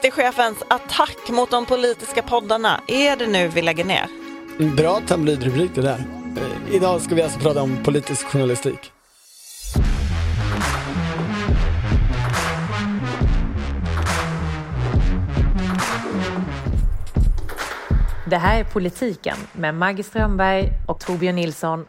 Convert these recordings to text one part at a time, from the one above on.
SvD-chefens attack mot de politiska poddarna. Är det nu vi lägger ner? Bra tabloidrubrik det där. Idag ska vi alltså prata om politisk journalistik. Det här är Politiken med Maggie Strömberg och Torbjörn Nilsson.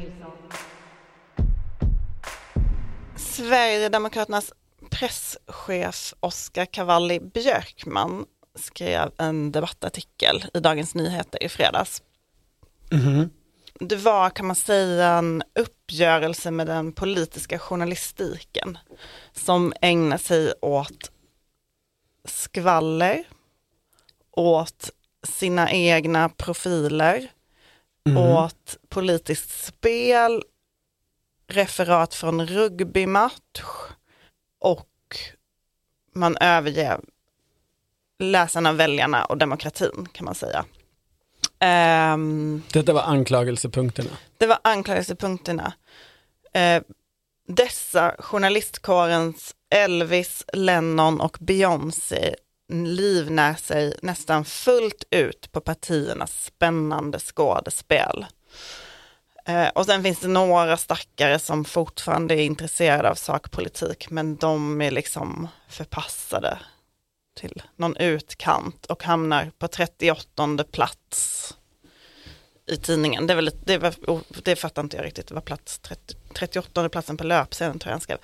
Sverigedemokraternas presschef Oscar Cavalli Björkman skrev en debattartikel i Dagens Nyheter i fredags. Mm-hmm. Det var, kan man säga, en uppgörelse med den politiska journalistiken som ägnar sig åt skvaller, åt sina egna profiler, åt politiskt spel, referat från rugbymatch, och man överger läsarna, väljarna och demokratin, kan man säga. Detta var anklagelsepunkterna. Det var anklagelsepunkterna. Dessa journalistkårens Elvis, Lennon och Beyoncé livnär sig nästan fullt ut på partiernas spännande skådespel. Och sen finns det några stackare som fortfarande är intresserade av sakpolitik, men de är liksom förpassade till någon utkant och hamnar på 38:e plats i tidningen. Det fattar inte jag riktigt. Det var plats 38:e platsen på löpsedeln, tror jag han skrev.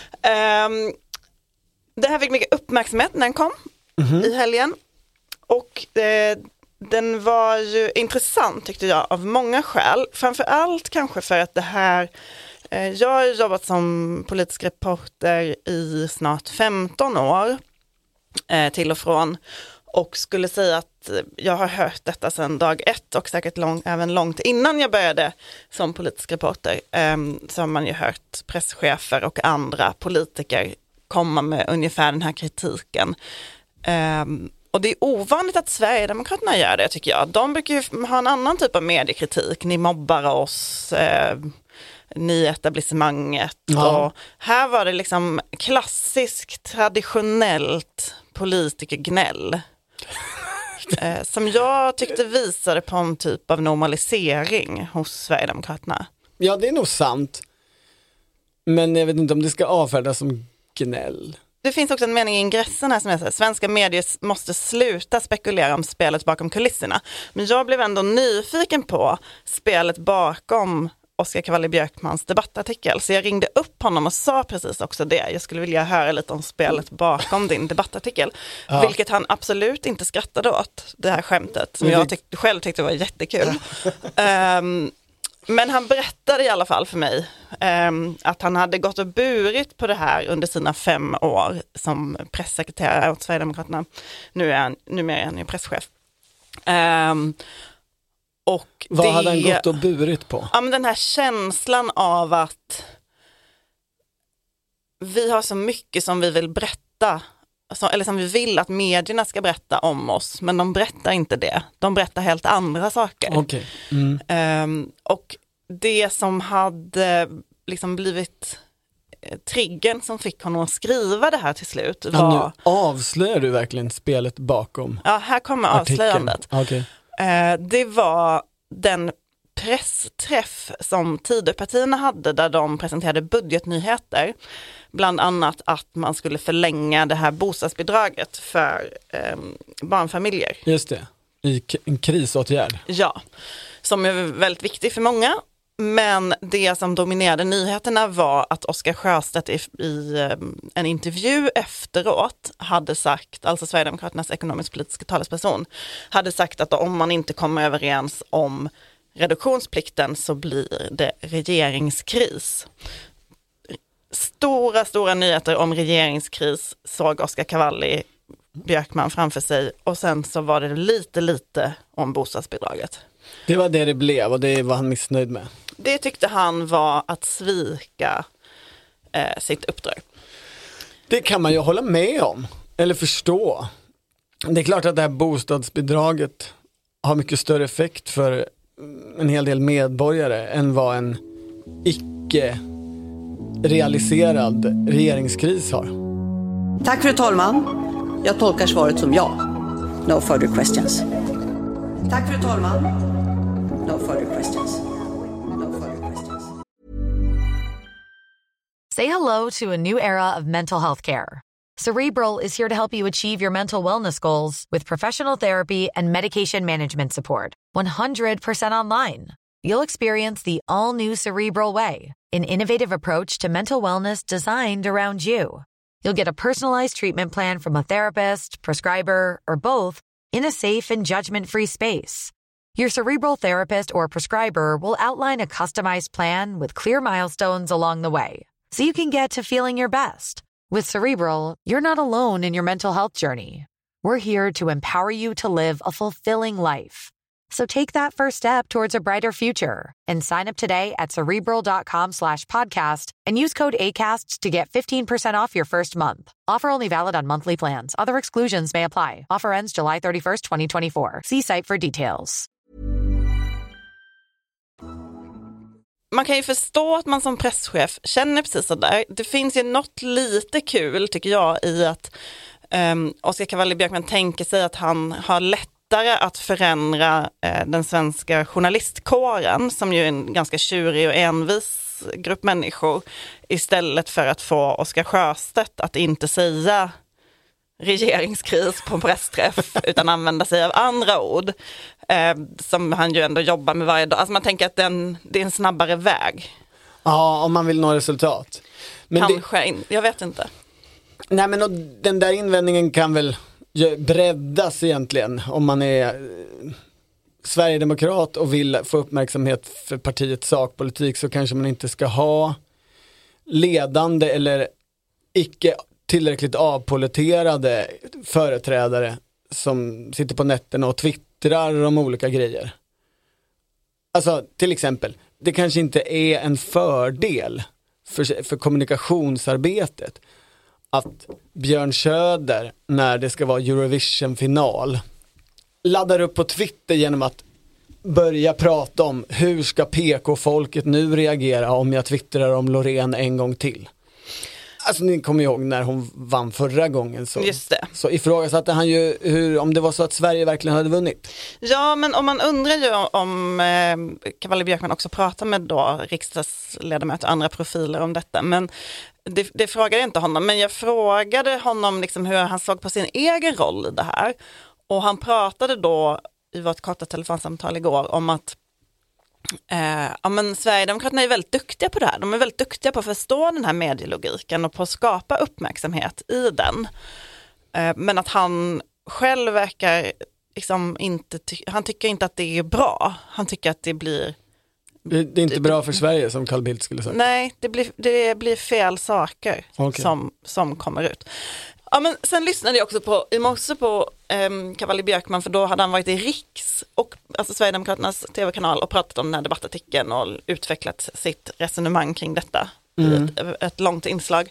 Det här fick mycket uppmärksamhet när den kom i helgen. Och den var ju intressant, tyckte jag, av många skäl. Framförallt kanske för att det här... Jag har jobbat som politisk reporter i snart 15 år till och från. Och skulle säga att jag har hört detta sedan dag ett och säkert även långt innan jag började som politisk reporter. Så har man ju hört presschefer och andra politiker komma med ungefär den här kritiken. Och det är ovanligt att Sverigedemokraterna gör det, tycker jag. De brukar ju ha en annan typ av mediekritik. Ni mobbar oss, ni etablissemanget. Ja. Och här var det liksom klassiskt, traditionellt politikergnäll. Som jag tyckte visade på en typ av normalisering hos Sverigedemokraterna. Ja, det är nog sant. Men jag vet inte om det ska avfärdas som gnäll. Det finns också en mening i ingressen här som jag säger: svenska medier måste sluta spekulera om spelet bakom kulisserna. Men jag blev ändå nyfiken på spelet bakom Oscar Cavalli Björkmans debattartikel. Så jag ringde upp honom och sa precis också det. Jag skulle vilja höra lite om spelet bakom din debattartikel. Ja. Vilket han absolut inte skrattade åt, det här skämtet. Som jag själv tyckte var jättekul. Men han berättade i alla fall för mig att han hade gått och burit på det här under sina 5 år som pressekreterare åt Sverigedemokraterna. Numera är han ju presschef. Och vad hade han gått och burit på? Ja, men den här känslan av att vi har så mycket som vi vill berätta, eller som vi vill att medierna ska berätta om oss, men de berättar inte det. De berättar helt andra saker. Okay. Och det som hade liksom blivit triggern som fick honom att skriva det här till slut var... Ja, nu avslöjar du verkligen spelet bakom. Ja, här kommer avslöjandet. Okay. Det var den pressträff som Tidöpartierna hade där de presenterade budgetnyheter. Bland annat att man skulle förlänga det här bostadsbidraget för barnfamiljer. Just det, i en krisåtgärd. Ja, som är väldigt viktig för många. Men det som dominerade nyheterna var att Oscar Sjöstedt i en intervju efteråt hade sagt, alltså Sverigedemokraternas ekonomisk-politiska talesperson, hade sagt att om man inte kommer överens om reduktionsplikten så blir det regeringskris. Stora nyheter om regeringskris såg Oscar Cavalli Björkman framför sig, och sen så var det lite om bostadsbidraget. Det var det blev, och det var han missnöjd med. Det tyckte han var att svika sitt uppdrag. Det kan man ju hålla med om, eller förstå. Det är klart att det här bostadsbidraget har mycket större effekt för en hel del medborgare än vad en icke realiserad regeringskris har. Tack, fru talman. Jag tolkar svaret som ja. No further questions. Tack fru talman. No further questions. No further questions. Say hello to a new era of mental health care. Cerebral is here to help you achieve your mental wellness goals with professional therapy and medication management support. 100% online. You'll experience the all-new Cerebral way, an innovative approach to mental wellness designed around you. You'll get a personalized treatment plan from a therapist, prescriber, or both in a safe and judgment-free space. Your Cerebral therapist or prescriber will outline a customized plan with clear milestones along the way, so you can get to feeling your best. With Cerebral, you're not alone in your mental health journey. We're here to empower you to live a fulfilling life. So take that first step towards a brighter future and sign up today at Cerebral.com/podcast and use code ACAST to get 15% off your first month. Offer only valid on monthly plans. Other exclusions may apply. Offer ends July 31st, 2024. See site for details. Man kan ju förstå att man som presschef känner precis så där. Det finns ju något lite kul tycker jag i att Oscar Cavalli-Björkman tänker sig att han har lättare att förändra den svenska journalistkåren som ju är en ganska tjurig och envis grupp människor istället för att få Oscar Sjöstedt att inte säga regeringskris på en pressträff utan använda sig av andra ord som han ju ändå jobbar med varje dag. Alltså man tänker att det är en snabbare väg. Ja, om man vill nå resultat. Men kanske, jag vet inte. Nej, men den där invändningen kan väl breddas egentligen om man är Sverigedemokrat och vill få uppmärksamhet för partiets sakpolitik, så kanske man inte ska ha ledande eller icke tillräckligt avpoliterade företrädare som sitter på nätterna och twittrar om olika grejer. Alltså till exempel, det kanske inte är en fördel för kommunikationsarbetet att Björn Söder, när det ska vara Eurovision-final, laddar upp på Twitter genom att börja prata om hur ska PK-folket nu reagera om jag twittrar om Loreen en gång till. Alltså ni kommer ihåg när hon vann förra gången så ifrågasatte han ju om det var så att Sverige verkligen hade vunnit. Ja, men om man undrar ju om Cavalli-Björkman också pratar med då riksdagsledamöter och andra profiler om detta, men det frågade jag inte honom, men jag frågade honom liksom hur han såg på sin egen roll i det här, och han pratade då i vårt korta telefonsamtal igår om att men Sverigedemokraterna är väldigt duktiga på det här. De är väldigt duktiga på att förstå den här medielogiken och på att skapa uppmärksamhet i den. Men att han själv verkar liksom inte, han tycker inte att det är bra. Han tycker att det blir... Det är inte bra för Sverige, som Carl Bildt skulle säga. Nej, det blir fel saker som kommer ut. Ja, men sen lyssnade jag också i morse på Cavalli-Björkman, för då hade han varit i Riks, och alltså Sverigedemokraternas tv-kanal, och pratat om den här debattartikeln och utvecklat sitt resonemang kring detta i ett långt inslag.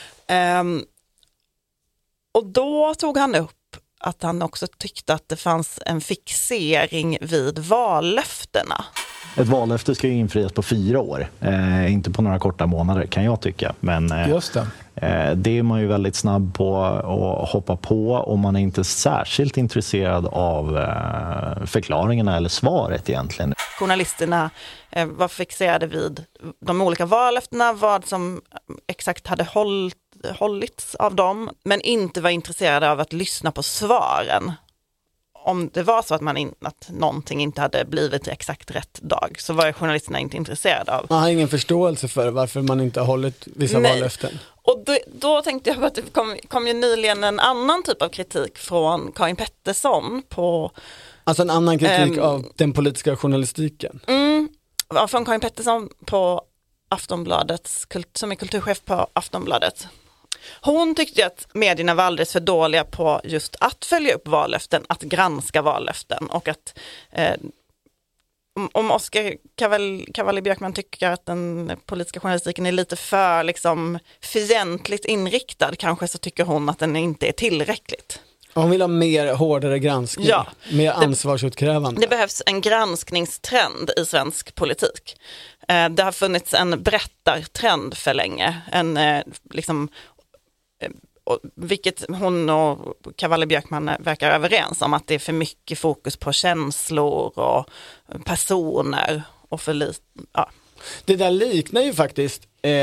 Och då tog han upp att han också tyckte att det fanns en fixering vid vallöftena. Ett vallöfte ska ju infrias på 4 år, inte på några korta månader kan jag tycka. Men just det. Det är man ju väldigt snabb på att hoppa på, och man är inte särskilt intresserad av förklaringarna eller svaret egentligen. Journalisterna var fixerade vid de olika vallöftena, vad som exakt hade hållits av dem, men inte var intresserade av att lyssna på svaren. Om det var så att någonting inte hade blivit exakt rätt dag, så var journalisterna inte intresserade av. Man har ingen förståelse för varför man inte har hållit vissa vallöften. Och då tänkte jag att det kom ju nyligen en annan typ av kritik från Karin Pettersson på... Alltså en annan kritik av den politiska journalistiken? Från Karin Pettersson på Aftonbladet, som är kulturchef på Aftonbladet. Hon tyckte att medierna var alldeles för dåliga på just att följa upp vallöften, att granska vallöften, och att om Oscar Cavalli-Björkman tycker att den politiska journalistiken är lite för liksom fientligt inriktad, kanske så tycker hon att den inte är tillräckligt. Hon vill ha mer hårdare granskning, mer ansvarsutkrävande. Det behövs en granskningstrend i svensk politik. Det har funnits en berättartrend för länge, en liksom vilket hon och Cavalli-Björkman verkar överens om, att det är för mycket fokus på känslor och personer och för lite, ja. Det där liknar ju faktiskt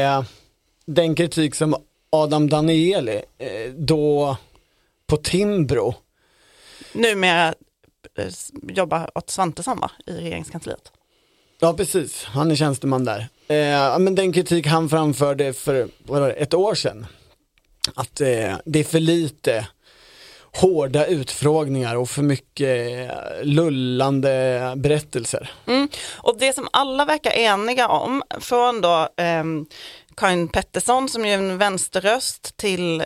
den kritik som Adam Danieli då på Timbro numera jobbar åt Svantesson, va, i regeringskansliet. Ja, precis. Han är tjänsteman där. Men den kritik han framförde för ett år sedan, att det är för lite hårda utfrågningar och för mycket lullande berättelser. Och det som alla verkar eniga om, från då Karin Pettersson som är en vänsterröst till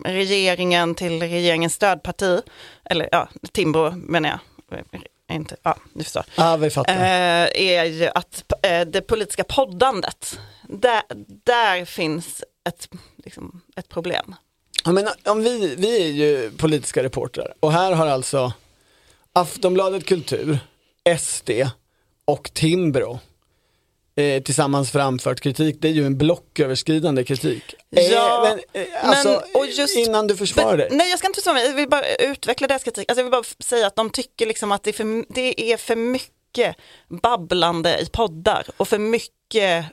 regeringens stödparti, eller ja, Timbro menar jag. Inte, ja, du förstår. Ja, vi fattar. Är ju att det politiska poddandet, där finns ett problem. Jag menar, om vi är ju politiska reportrar och här har alltså Aftonbladet Kultur, SD och Timbro tillsammans framfört kritik. Det är ju en blocköverskridande kritik. Ja, alltså, och just, innan du försvarar det. Nej, jag ska inte försvara mig. Jag vill bara utveckla deras kritik. Alltså, jag vill bara säga att de tycker liksom att det är för mycket babblande i poddar och för mycket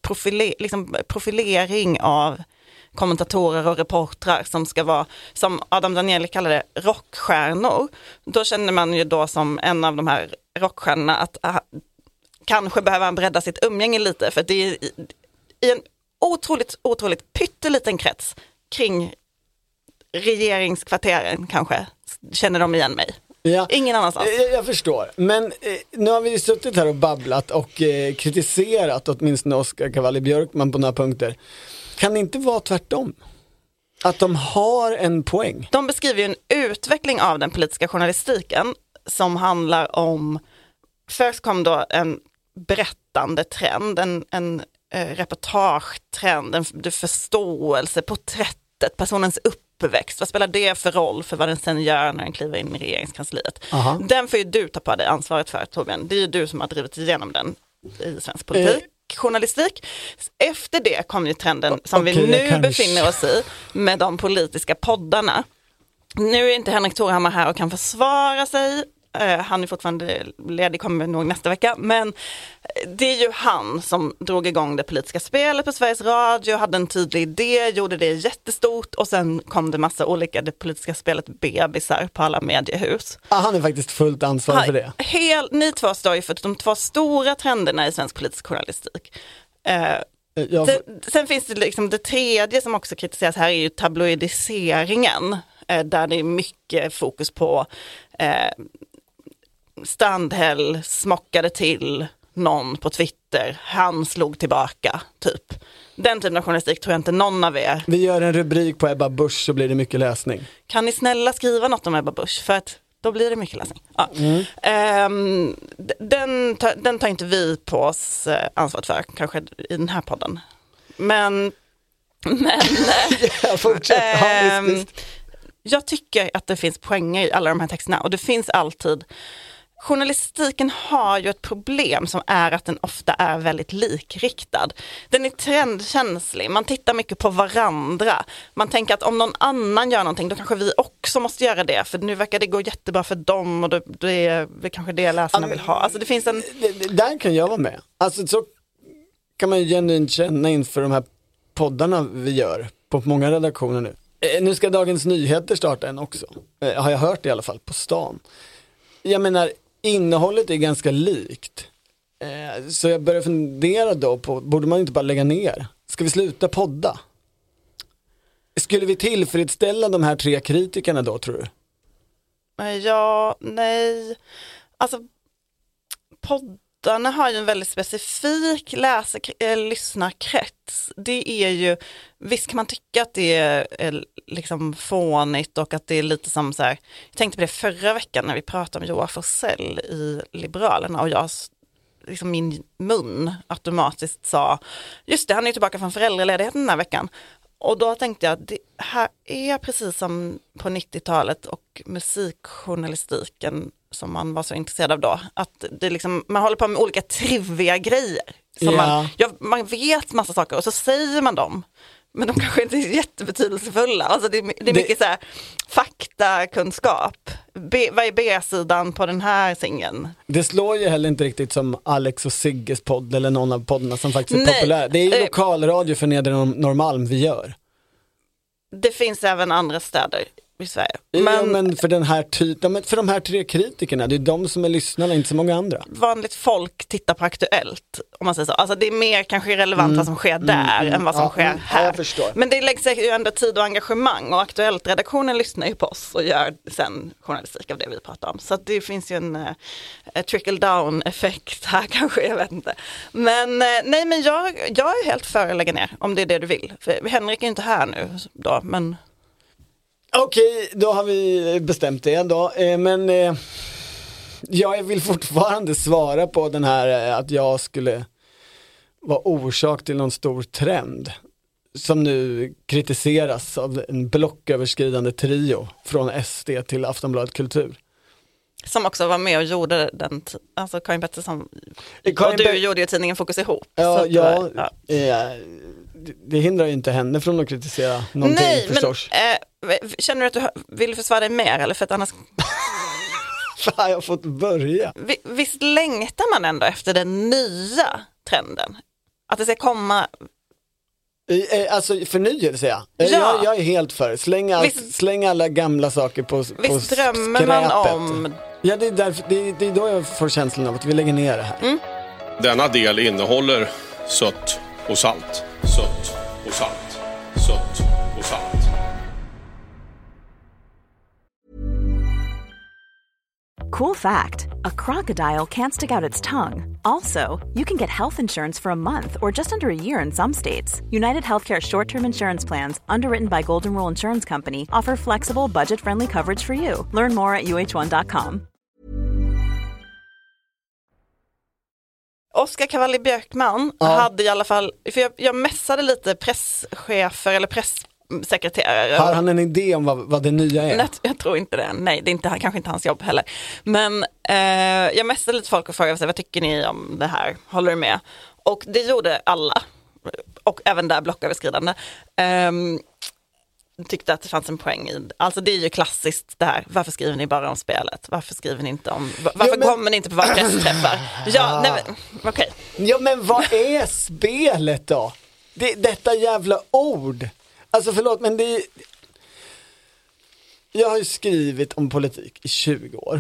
profilering av kommentatorer och reportrar som ska vara, som Adam Danieli kallar det, rockstjärnor. Då känner man ju då som en av de här rockstjärnorna att kanske behöver han bredda sitt umgänge lite, för det är i en otroligt pytteliten krets kring regeringskvarteren kanske känner de igen mig. Ja, ingen annanstans. Jag förstår, men nu har vi suttit här och babblat och kritiserat åtminstone Oscar Cavalli-Björkman på några punkter. Kan det inte vara tvärtom? Att de har en poäng? De beskriver ju en utveckling av den politiska journalistiken som handlar om, först kom då en berättande trend, en reportagetrend, en förståelse, porträttet, personens uppväxt. Vad spelar det för roll för vad den sen gör när den kliver in i regeringskansliet? Aha. Den får ju du ta på dig ansvaret för, Torbjörn. Det är ju du som har drivit igenom den i svensk politik. Journalistik. Efter det kom ju trenden som vi nu befinner oss i med de politiska poddarna. Nu är inte Henrik Torhammar här och kan försvara sig. Han är fortfarande ledig, kommer nog nästa vecka, men det är ju han som drog igång det politiska spelet på Sveriges Radio, hade en tydlig idé, gjorde det jättestort och sen kom det massa olika, det politiska spelet bebisar på alla mediehus. Han är faktiskt fullt ansvarig för det. Ni två står ju för de två stora trenderna i svensk politisk journalistik. Sen finns det liksom det tredje som också kritiseras här, är ju tabloidiseringen, där det är mycket fokus på Strandhäll smockade till någon på Twitter, han slog tillbaka, typ. Den typen av journalistik tror jag inte någon av er. Vi gör en rubrik på Ebba Busch så blir det mycket läsning. Kan ni snälla skriva något om Ebba Busch, för att då blir det mycket läsning. Ja. Den tar inte vi på oss ansvaret för, kanske i den här podden. Men jag tycker att det finns poänger i alla de här texterna, och det finns alltid. Journalistiken har ju ett problem som är att den ofta är väldigt likriktad. Den är trendkänslig, man tittar mycket på varandra. Man tänker att om någon annan gör någonting, då kanske vi också måste göra det. För nu verkar det gå jättebra för dem, och det är kanske det läsarna vill ha. Alltså det finns en... Där kan jag vara med. Alltså så kan man ju genuint känna inför de här poddarna vi gör på många redaktioner nu. Nu ska Dagens Nyheter starta en också. Har jag hört i alla fall på stan. Jag menar, innehållet är ganska likt. Så jag börjar fundera då på, borde man inte bara lägga ner? Ska vi sluta podda? Skulle vi tillfredsställa de här 3 kritikerna då, tror du? Ja, nej. Alltså, poddarna har ju en väldigt specifik lyssnarkrets. Det är ju, visst kan man tycka att det är liksom fånigt och att det är lite som så här, jag tänkte på det förra veckan när vi pratade om Joar Forssell i Liberalerna, och jag, liksom min mun automatiskt sa, just det, han är tillbaka från föräldraledigheten den här veckan. Och då tänkte jag att det här är precis som på 90-talet och musikjournalistiken som man var så intresserad av då. Att det liksom, man håller på med olika trivia grejer. Som man vet massa saker och så säger man dem. Men de kanske inte är jättebetydelsefulla. Alltså det är mycket så här faktakunskap. Vad är B-sidan på den här singeln? Det slår ju heller inte riktigt som Alex och Sigges podd eller någon av poddarna som faktiskt är populära. Det är ju lokalradio för Nedre Norrmalm vi gör. Det finns även andra städer i Sverige. Men för den här för de här 3 kritikerna, det är de som är lyssnarna, inte så många andra. Vanligt folk tittar på Aktuellt, om man säger så. Alltså det är mer kanske relevant vad som sker där än vad som sker här. Jag förstår. Men det läggs ju ändå tid och engagemang, och Aktuellt-redaktionen lyssnar ju på oss och gör sen journalistik av det vi pratar om. Så att det finns ju en trickle-down-effekt här kanske, jag vet inte. Men nej, men jag är helt för att lägga ner, om det är det du vill. För Henrik är inte här nu då, men... Okej, då har vi bestämt det då. Men jag vill fortfarande svara på den här att jag skulle vara orsak till någon stor trend som nu kritiseras av en blocköverskridande trio från SD till Aftonbladet Kultur. Som också var med och gjorde den, alltså Karin Pettersson och du gjorde ju tidningen Fokus ihop. Ja, det hindrar ju inte henne från att kritisera någonting. Nej, förstås. Men känner du att du vill försvara dig mer, eller för att annars... Fan, jag har fått börja. Visst längtar man ändå efter den nya trenden? Att det ska komma... Alltså förnyelse, ja. Jag är helt för. Släng alla gamla saker på visst drömmer man om... Ja, det är då jag får känslan av att vi lägger ner det här. Mm. Denna del innehåller sött och salt. Sött och salt. Sött och salt. Cool fact, a crocodile can't stick out its tongue. Also, you can get health insurance for a month or just under a year in some states. United Healthcare short-term insurance plans, underwritten by Golden Rule Insurance Company, offer flexible, budget-friendly coverage for you. Learn more at uh1.com. Oskar Cavalli Björkman hade i alla fall, för jag mässade lite presschefer eller pressekreterare. Har han en idé om vad det nya är? Nej, jag tror inte det. Nej, det är inte, kanske inte hans jobb heller. Men jag mässade lite folk och frågade vad tycker ni om det här? Håller du med? Och det gjorde alla. Och även där blocköverskridande. Tyckte att det fanns en poäng i. Alltså det är ju klassiskt det här. Varför skriver ni bara om spelet? Varför skriver ni inte om... Varför kommer ni inte på våra pressträffar? Okej. Ja, men vad är spelet då? Detta jävla ord. Alltså förlåt, men det är... Jag har ju skrivit om politik i 20 år.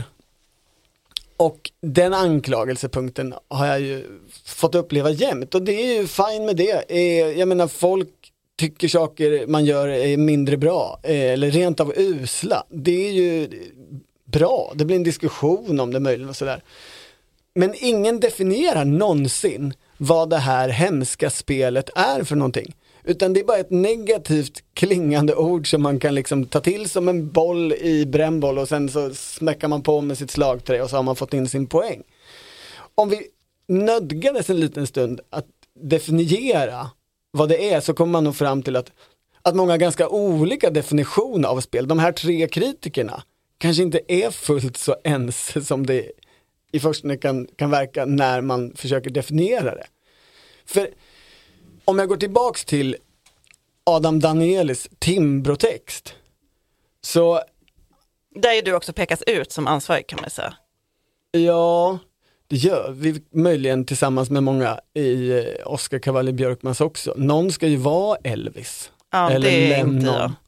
Och den anklagelsepunkten har jag ju fått uppleva jämt. Och det är ju fine med det. Jag menar, folk tycker saker man gör är mindre bra eller rent av usla. Det är ju bra. Det blir en diskussion om det möjligen och sådär. Men ingen definierar någonsin vad det här hemska spelet är för någonting. Utan det är bara ett negativt klingande ord som man kan liksom ta till som en boll i brännboll och sen så smäckar man på med sitt slagträ och så har man fått in sin poäng. Om vi nödgades en liten stund att definiera vad det är, så kommer man nog fram till att många har ganska olika definitioner av spel. De här 3 kritikerna kanske inte är fullt så ens som det i förstone kan verka när man försöker definiera det. För om jag går tillbaks till Adam Danielis Timbro-text, så... Där är du också pekas ut som ansvarig, kan man säga. Ja, det gör vi möjligen tillsammans med många i Oskar Cavalli Björkmans också. Någon ska ju vara Elvis. Ja, eller det är Lennon. inte jag.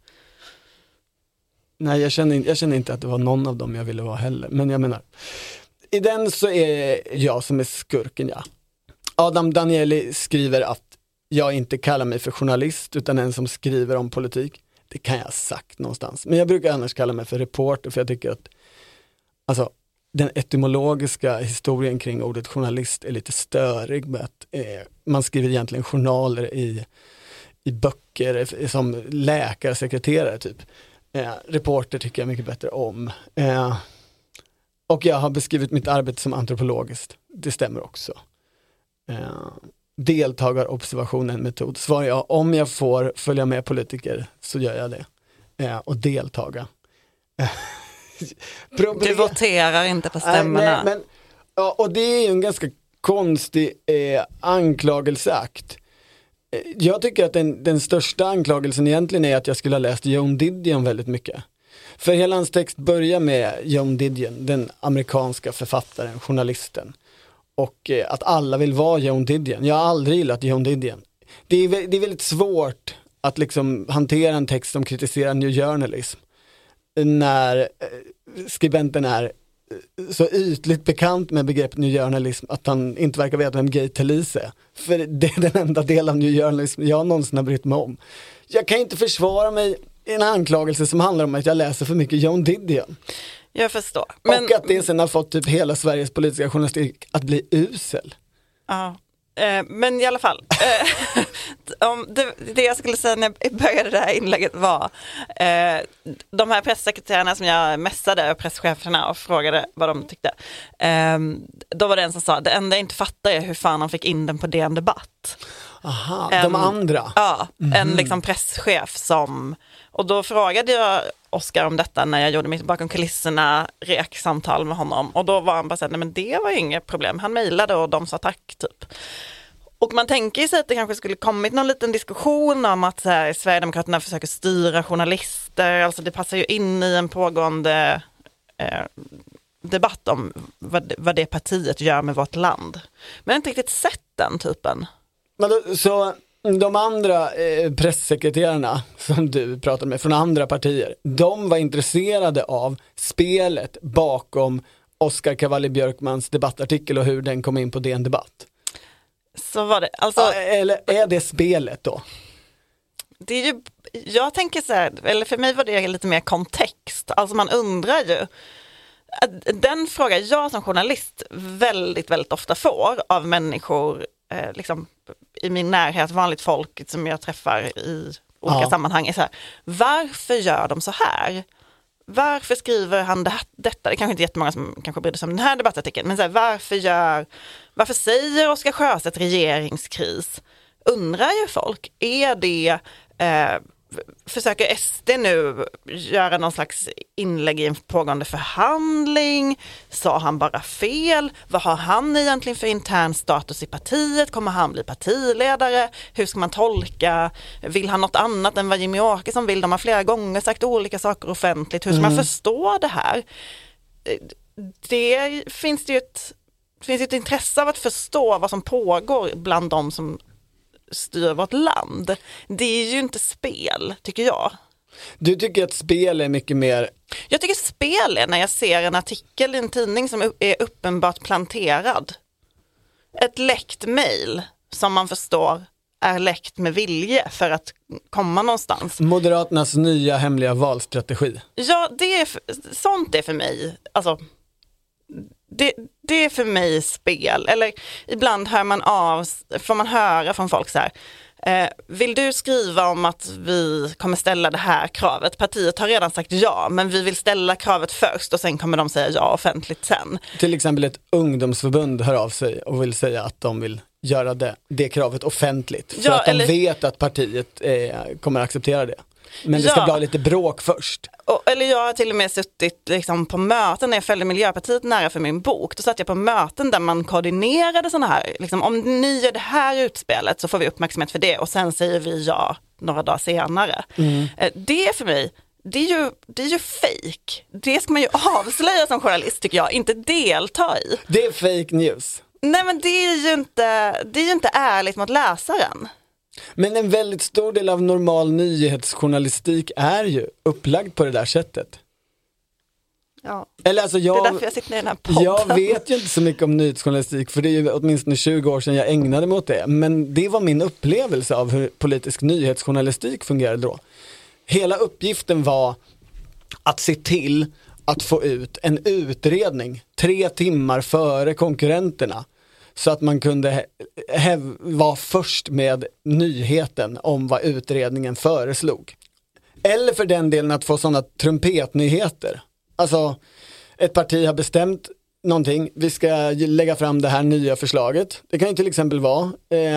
Nej, jag känner inte att det var någon av dem jag ville vara heller. Men jag menar, i den så är jag som är skurken, ja. Adam Danieli skriver att jag inte kallar mig för journalist utan en som skriver om politik. Det kan jag ha sagt någonstans. Men jag brukar annars kalla mig för reporter, för jag tycker att alltså, den etymologiska historien kring ordet journalist är lite störig med att man skriver egentligen journaler i böcker som läkarsekreterare typ. Reporter tycker jag mycket bättre om. Och jag har beskrivit mitt arbete som antropologiskt. Det stämmer också. Deltagarobservation är en metod. Svarar jag, om jag får följa med politiker så gör jag det. Och deltaga. Du voterar inte på stämmorna. Nej, men, ja, och det är ju en ganska konstig anklagelseakt. Jag tycker att den största anklagelsen egentligen är att jag skulle ha läst Joan Didion väldigt mycket. För hela hans text börjar med Joan Didion, den amerikanska författaren, journalisten. Och att alla vill vara Joan Didion. Jag har aldrig gillat Joan Didion. Det är väldigt svårt att liksom hantera en text som kritiserar new journalism när skribenten är så ytligt bekant med begreppet new journalism att han inte verkar veta vem Gay Talese är. För det är den enda del av new journalism jag någonsin har brytt mig om. Jag kan inte försvara mig i en anklagelse som handlar om att jag läser för mycket Joan Didion. Jag förstår. Och att det sen har fått typ hela Sveriges politiska journalistik att bli usel. Ja. Men i alla fall, det jag skulle säga när jag började det här inlägget var de här pressekreterarna som jag mässade och presscheferna och frågade vad de tyckte. Då var det en som sa, det enda jag inte fattar är hur fan han fick in den på DN Debatt. Aha, de andra? Ja, en liksom presschef som, och då frågade jag Oscar om detta när jag gjorde mitt bakom kulisserna reksamtal med honom, och då var han bara såhär, nej men det var inget problem, han mejlade och de sa tack typ. Och man tänker sig att det kanske skulle kommit någon liten diskussion om att så här, Sverigedemokraterna försöker styra journalister, alltså det passar ju in i en pågående debatt om vad det partiet gör med vårt land. Men jag har inte riktigt sett den typen. Men då, så de andra pressekreterarna som du pratade med från andra partier, de var intresserade av spelet bakom Oscar Cavalli-Björkmans debattartikel och hur den kom in på DN Debatt. Så var det. Alltså, eller är det spelet då? Det är ju, jag tänker så här, eller för mig var det lite mer kontext. Alltså man undrar ju, den fråga jag som journalist väldigt, väldigt ofta får av människor liksom i min närhet, vanligt folk som jag träffar i olika sammanhang är så här, varför gör de så här? Varför skriver han detta? Det är kanske inte jättemånga som kanske bryr sig om den här debattartikeln, men så här, varför säger Oscar Sjöstedt regeringskris? Undrar ju folk, är det försöker SD nu göra någon slags inlägg i en pågående förhandling? Sa han bara fel? Vad har han egentligen för intern status i partiet? Kommer han bli partiledare? Hur ska man tolka? Vill han något annat än vad Jimmy Åkesson vill? De har flera gånger sagt olika saker offentligt. Hur ska man förstå det här? Det finns ju ett intresse av att förstå vad som pågår bland de som styr vårt land. Det är ju inte spel, tycker jag. Du tycker att spel är mycket mer... Jag tycker spel är när jag ser en artikel i en tidning som är uppenbart planterad. Ett läckt mejl som man förstår är läckt med vilje för att komma någonstans. Moderaternas nya hemliga valstrategi. Ja, sånt är för mig, alltså det är för mig spel. Eller ibland får man höra från folk så här, vill du skriva om att vi kommer ställa det här kravet? Partiet har redan sagt ja, men vi vill ställa kravet först och sen kommer de säga ja offentligt sen. Till exempel ett ungdomsförbund hör av sig och vill säga att de vill göra det kravet offentligt. För att de vet att partiet kommer acceptera det. Men det ska bli lite bråk först. Eller jag har till och med suttit liksom på möten när jag följde Miljöpartiet nära för min bok. Då satt jag på möten där man koordinerade sådana här. Liksom, om ni gör det här utspelet så får vi uppmärksamhet för det. Och sen säger vi ja några dagar senare. Det är för mig, det är ju fake. Det ska man ju avslöja som journalist tycker jag. Inte delta i. Det är fake news. Nej, men det är ju inte ärligt mot läsaren. Men en väldigt stor del av normal nyhetsjournalistik är ju upplagd på det där sättet. Ja. Eller alltså det är därför jag sitter i den här podden. Jag vet ju inte så mycket om nyhetsjournalistik, för det är ju åtminstone 20 år sedan jag ägnade mig åt det. Men det var min upplevelse av hur politisk nyhetsjournalistik fungerade då. Hela uppgiften var att se till att få ut en utredning 3 timmar före konkurrenterna. Så att man kunde vara först med nyheten om vad utredningen föreslog. Eller för den delen att få sådana trumpetnyheter. Alltså, ett parti har bestämt någonting. Vi ska lägga fram det här nya förslaget. Det kan ju till exempel vara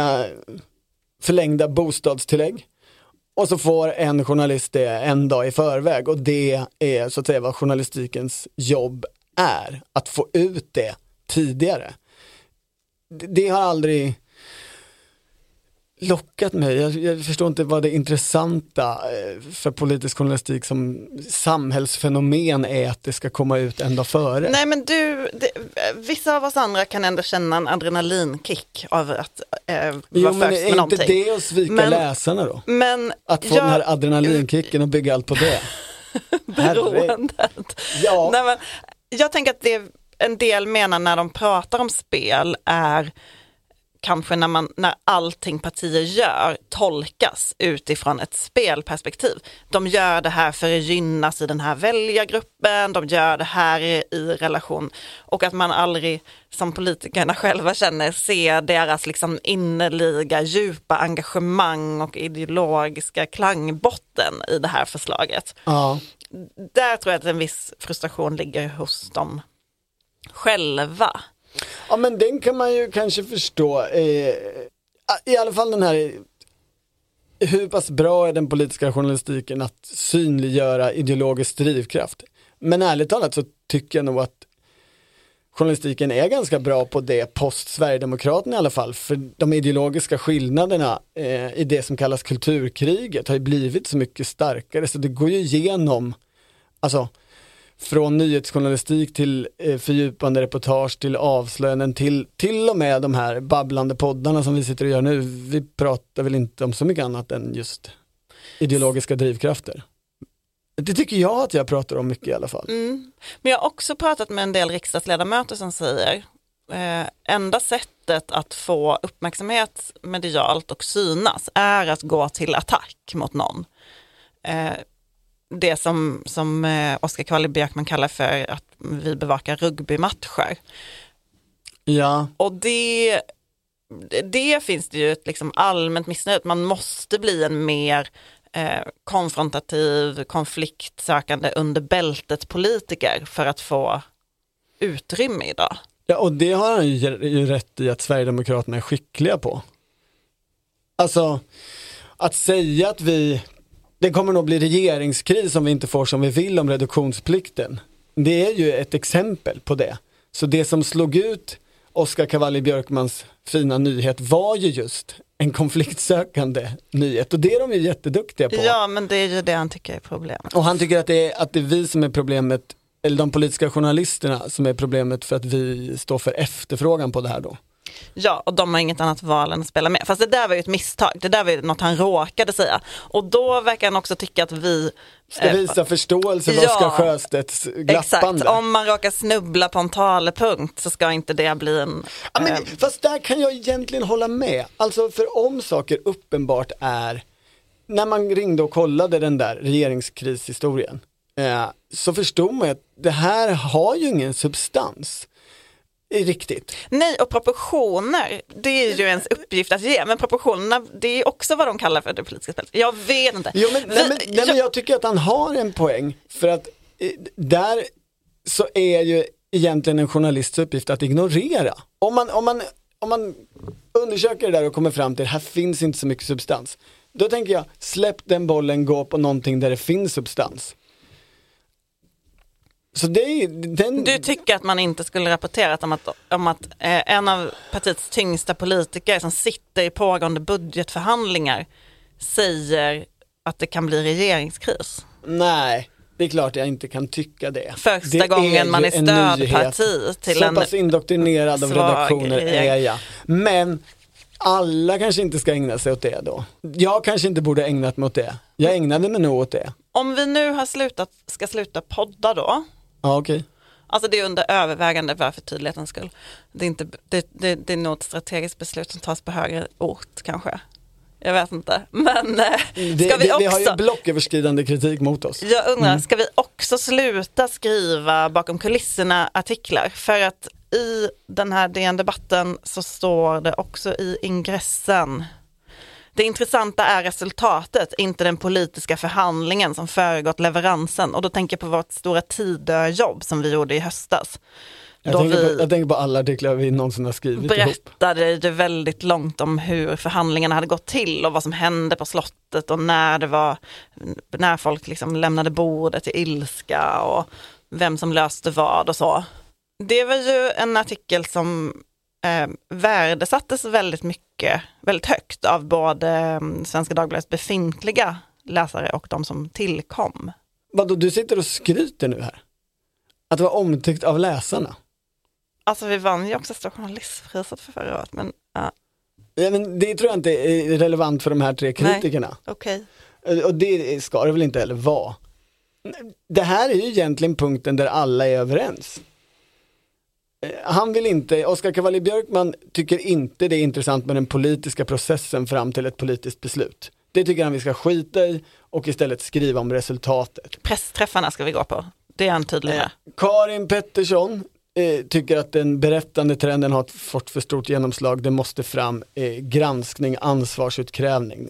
förlängda bostadstillägg. Och så får en journalist det en dag i förväg. Och det är så att säga vad journalistikens jobb är. Att få ut det tidigare. Det har aldrig lockat mig. Jag förstår inte vad det intressanta för politisk journalistik som samhällsfenomen är att det ska komma ut en dag före. Nej, men vissa av oss andra kan ändå känna en adrenalinkick av att vara först med någonting. Är inte det att svika läsarna då? Men att få den här adrenalinkicken och bygga allt på det. Beroendet. Ja. Nej, men jag tänker att det en del menar när de pratar om spel är kanske när allting partier gör tolkas utifrån ett spelperspektiv. De gör det här för att gynnas i den här väljargruppen, de gör det här i relation, och att man aldrig, som politikerna själva känner, ser deras liksom innerliga djupa engagemang och ideologiska klangbotten i det här förslaget. Ja. Där tror jag att en viss frustration ligger hos dem själva. Ja, men den kan man ju kanske förstå. I alla fall den här, hur pass bra är den politiska journalistiken att synliggöra ideologisk drivkraft? Men ärligt talat så tycker jag nog att journalistiken är ganska bra på det post-Sverigedemokraterna i alla fall. För de ideologiska skillnaderna i det som kallas kulturkriget har ju blivit så mycket starkare, så det går ju igenom, alltså från nyhetsjournalistik till fördjupande reportage till avslöjanden till och med de här babblande poddarna som vi sitter och gör nu. Vi pratar väl inte om så mycket annat än just ideologiska drivkrafter. Det tycker jag att jag pratar om mycket i alla fall. Mm. Men jag har också pratat med en del riksdagsledamöter som säger enda sättet att få uppmärksamhet medialt och synas är att gå till attack mot någon. Det som Oskar Kvalli-Björkman kallar för att vi bevakar rugbymatcher. Ja. Och det finns det ju ett liksom allmänt missnöje. Man måste bli en mer konfrontativ, konfliktsökande under bältet politiker för att få utrymme idag. Ja, och det har han ju rätt i att Sverigedemokraterna är skickliga på. Alltså, att säga att det kommer nog bli regeringskris om vi inte får som vi vill om reduktionsplikten. Det är ju ett exempel på det. Så det som slog ut Oskar Kvalli-Björkmans fina nyhet var ju just en konfliktsökande nyhet. Och det är de ju jätteduktiga på. Ja, men det är ju det han tycker är problemet. Och han tycker att det är vi som är problemet, eller de politiska journalisterna som är problemet för att vi står för efterfrågan på det här då. Ja, och de har inget annat val än att spela med. Fast det där var ju ett misstag. Det där var ju något han råkade säga. Och då verkar han också tycka att vi ska visa förståelse för Oskar Sjöstedts glappande. Exakt, om man råkar snubbla på en talepunkt så ska inte det bli en... Ja, men, fast där kan jag egentligen hålla med. Alltså för om saker uppenbart är... När man ringde och kollade den där regeringskrishistorien så förstod man att det här har ju ingen substans. Riktigt. Nej, och proportioner, det är ju ens uppgift att ge, men proportionerna, det är också vad de kallar för det politiska spelet. Jag vet inte. Jo, men jag tycker att han har en poäng, för att där så är ju egentligen en journalists uppgift att ignorera. Om man undersöker det där och kommer fram till att här finns inte så mycket substans, då tänker jag, släpp den bollen, gå på någonting där det finns substans. Så Du tycker att man inte skulle rapporterat om att en av partiets tyngsta politiker som sitter i pågående budgetförhandlingar säger att det kan bli regeringskris? Nej, det är klart jag inte kan tycka det. Första gången man är stödparti till så pass indoktrinerad av redaktioner är jag. Men alla kanske inte ska ägna sig åt det då. Jag kanske inte borde ägnat mig åt det. Jag ägnade mig nog åt det. Om vi nu ska sluta podda då. Ja, okej. Alltså det är under övervägande, bara för tydlighetens skull. Det är nog ett strategiskt beslut som tas på högre ort kanske. Jag vet inte. Men ska vi har ju blocköverskridande kritik mot oss. Jag undrar, ska vi också sluta skriva bakom kulisserna artiklar? För att i den här DN-debatten så står det också i ingressen: det intressanta är resultatet, inte den politiska förhandlingen som föregått leveransen. Och då tänker jag på vårt stora Tidöjobb som vi gjorde i höstas. Jag tänker på alla artiklar vi någonsin har skrivit berättade ju väldigt långt om hur förhandlingarna hade gått till och vad som hände på slottet och när folk liksom lämnade bordet i ilska och vem som löste vad och så. Det var ju en artikel som värdesattes väldigt högt av både Svenska Dagbladets befintliga läsare och de som tillkom. Vadå, du sitter och skryter nu här? Att det var omtyckt av läsarna? Alltså vi vann ju också Stora journalistpriset för förra året, men Ja, men det tror jag inte är relevant för de här 3 kritikerna. Okej. Och det ska det väl inte heller vara. Det här är ju egentligen punkten där alla är överens. Han vill inte, Oskar Cavalli-Björkman tycker inte det är intressant med den politiska processen fram till ett politiskt beslut. Det tycker han vi ska skita i och istället skriva om resultatet. Pressträffarna ska vi gå på. Det är han tydlig med. Karin Pettersson tycker att den berättande trenden har fått för stort genomslag. Det måste fram granskning, ansvarsutkrävning.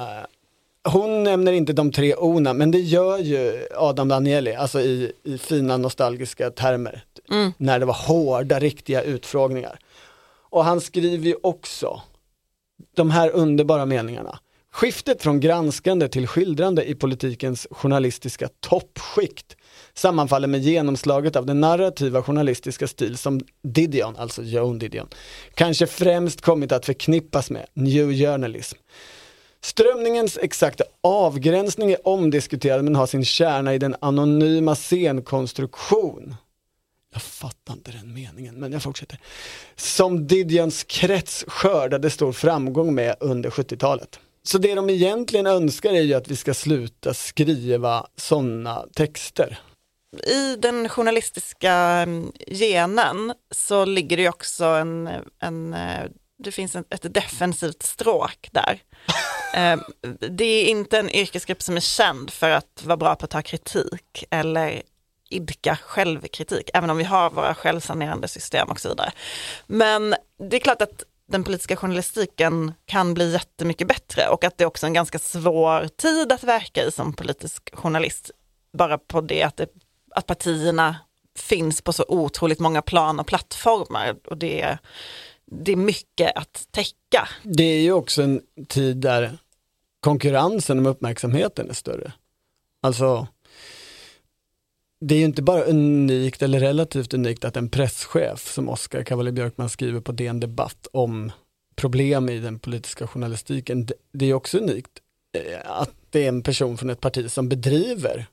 Hon nämner inte de 3 O'na, men det gör ju Adam Danieli, alltså i fina nostalgiska termer. När det var hårda, riktiga utfrågningar. Och han skriver ju också de här underbara meningarna. Skiftet från granskande till skildrande i politikens journalistiska toppskikt sammanfaller med genomslaget av den narrativa journalistiska stil som Didion, alltså Joan Didion, kanske främst kommit att förknippas med New Journalism. Strömningens exakta avgränsning är omdiskuterad men har sin kärna i den anonyma scenkonstruktion. Jag fattar inte den meningen, men jag fortsätter. Som Didions krets skördade stor framgång med under 70-talet. Så det de egentligen önskar är ju att vi ska sluta skriva sådana texter. I den journalistiska genen så ligger det ju också det finns ett defensivt stråk där. Det är inte en yrkesgrupp som är känd för att vara bra på att ta kritik eller idka självkritik, även om vi har våra självsanerande system och så vidare. Men det är klart att den politiska journalistiken kan bli jättemycket bättre och att det är också en ganska svår tid att verka i som politisk journalist. Bara på det att partierna finns på så otroligt många plan och plattformar och det är mycket att täcka. Det är ju också en tid där konkurrensen om uppmärksamheten är större. Alltså, det är ju inte bara unikt eller relativt unikt att en presschef som Oskar Cavalli-Björkman skriver på DN Debatt om problem i den politiska journalistiken. Det är också unikt att det är en person från ett parti som bedriver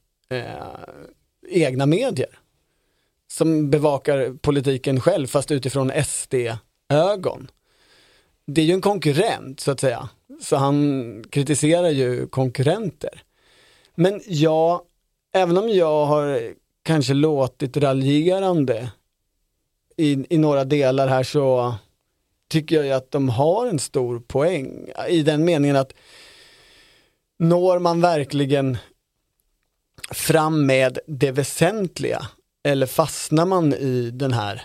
egna medier. Som bevakar politiken själv fast utifrån SD-ögon. Det är ju en konkurrent så att säga. Så han kritiserar ju konkurrenter. Men även om jag har kanske låtit raljerande i några delar här så tycker jag ju att de har en stor poäng. I den meningen att når man verkligen fram med det väsentliga eller fastnar man i den här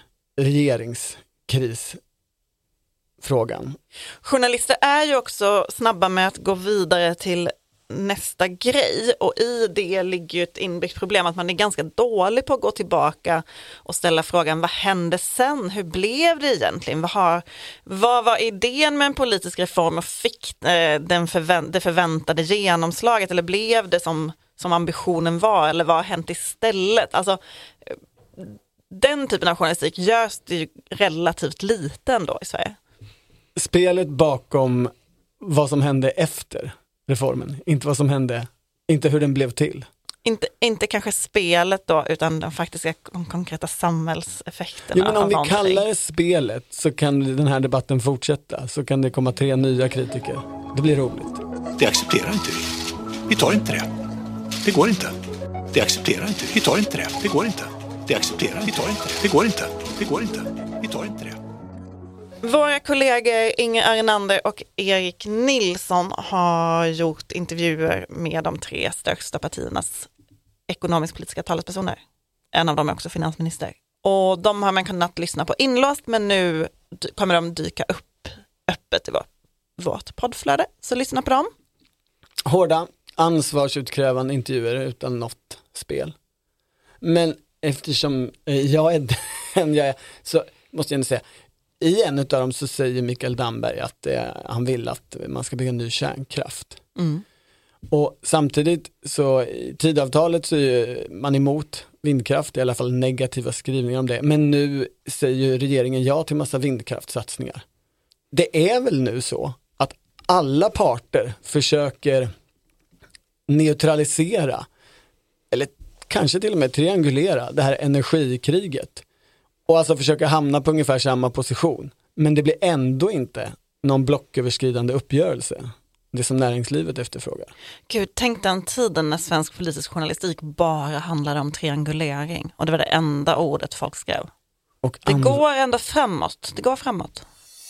regeringskrisfrågan? Journalister är ju också snabba med att gå vidare till nästa grej och i det ligger ju ett inbyggt problem att man är ganska dålig på att gå tillbaka och ställa frågan vad hände sen? Hur blev det egentligen? Vad var idén med en politisk reform och fick det förväntade genomslaget eller blev det som ambitionen var eller vad har hänt istället? Alltså den typen av journalistik görs det ju relativt lite ändå i Sverige. Spelet bakom vad som hände efter reformen, inte vad som hände, inte hur den blev till. Inte kanske spelet då, utan den faktiska konkreta samhällseffekterna. Jo, men om vi kallar det spelet så kan den här debatten fortsätta, så kan det komma 3 nya kritiker. Det blir roligt. Det accepterar inte vi. Vi tar inte det. Det går inte. Det accepterar inte vi. Vi tar inte det. Det går inte. Det accepterar vi. Tar inte det. Det går inte. Det går inte. Vi tar inte det. Våra kollegor Inger Arnander och Erik Nilsson har gjort intervjuer med de 3 största partiernas ekonomisk-politiska talespersoner. En av dem är också finansminister. Och de har man kunnat lyssna på inlåst, men nu kommer de dyka upp öppet i vårt poddflöde. Så lyssna på dem. Hårda, ansvarsutkrävande intervjuer utan något spel. Men eftersom jag är den jag är, så måste jag ändå säga, i en av dem så säger Mikael Damberg att han vill att man ska bygga ny kärnkraft. Mm. Och samtidigt så i Tidöavtalet så är man emot vindkraft, i alla fall negativa skrivningar om det. Men nu säger regeringen ja till massa vindkraftsatsningar. Det är väl nu så att alla parter försöker neutralisera eller kanske till och med triangulera det här energikriget och alltså försöka hamna på ungefär samma position. Men det blir ändå inte någon blocköverskridande uppgörelse. Det som näringslivet efterfrågar. Gud, tänk den tiden när svensk politisk journalistik bara handlade om triangulering. Och det var det enda ordet folk skrev. Och det går ändå framåt. Det går framåt.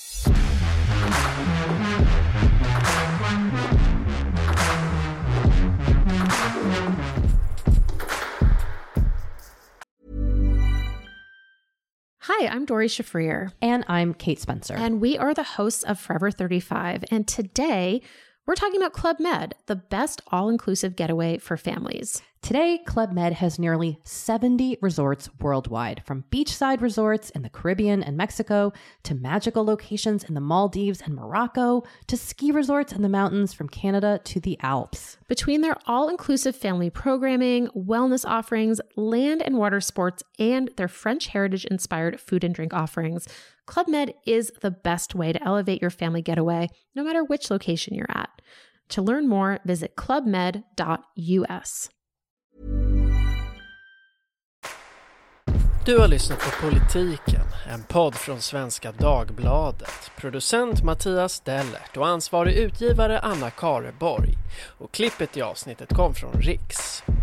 Hi, I'm Doree Shafrir. And I'm Kate Spencer. And we are the hosts of Forever 35. And today, we're talking about Club Med, the best all-inclusive getaway for families. Today, Club Med has nearly 70 resorts worldwide, from beachside resorts in the Caribbean and Mexico, to magical locations in the Maldives and Morocco, to ski resorts in the mountains from Canada to the Alps. Between their all-inclusive family programming, wellness offerings, land and water sports, and their French heritage-inspired food and drink offerings, Club Med is the best way to elevate your family getaway, no matter which location you're at. To learn more, visit clubmed.us. Du har lyssnat på Politiken, en podd från Svenska Dagbladet. Producent Mattias Dellert och ansvarig utgivare Anna Kareborg. Och klippet i avsnittet kom från Riks.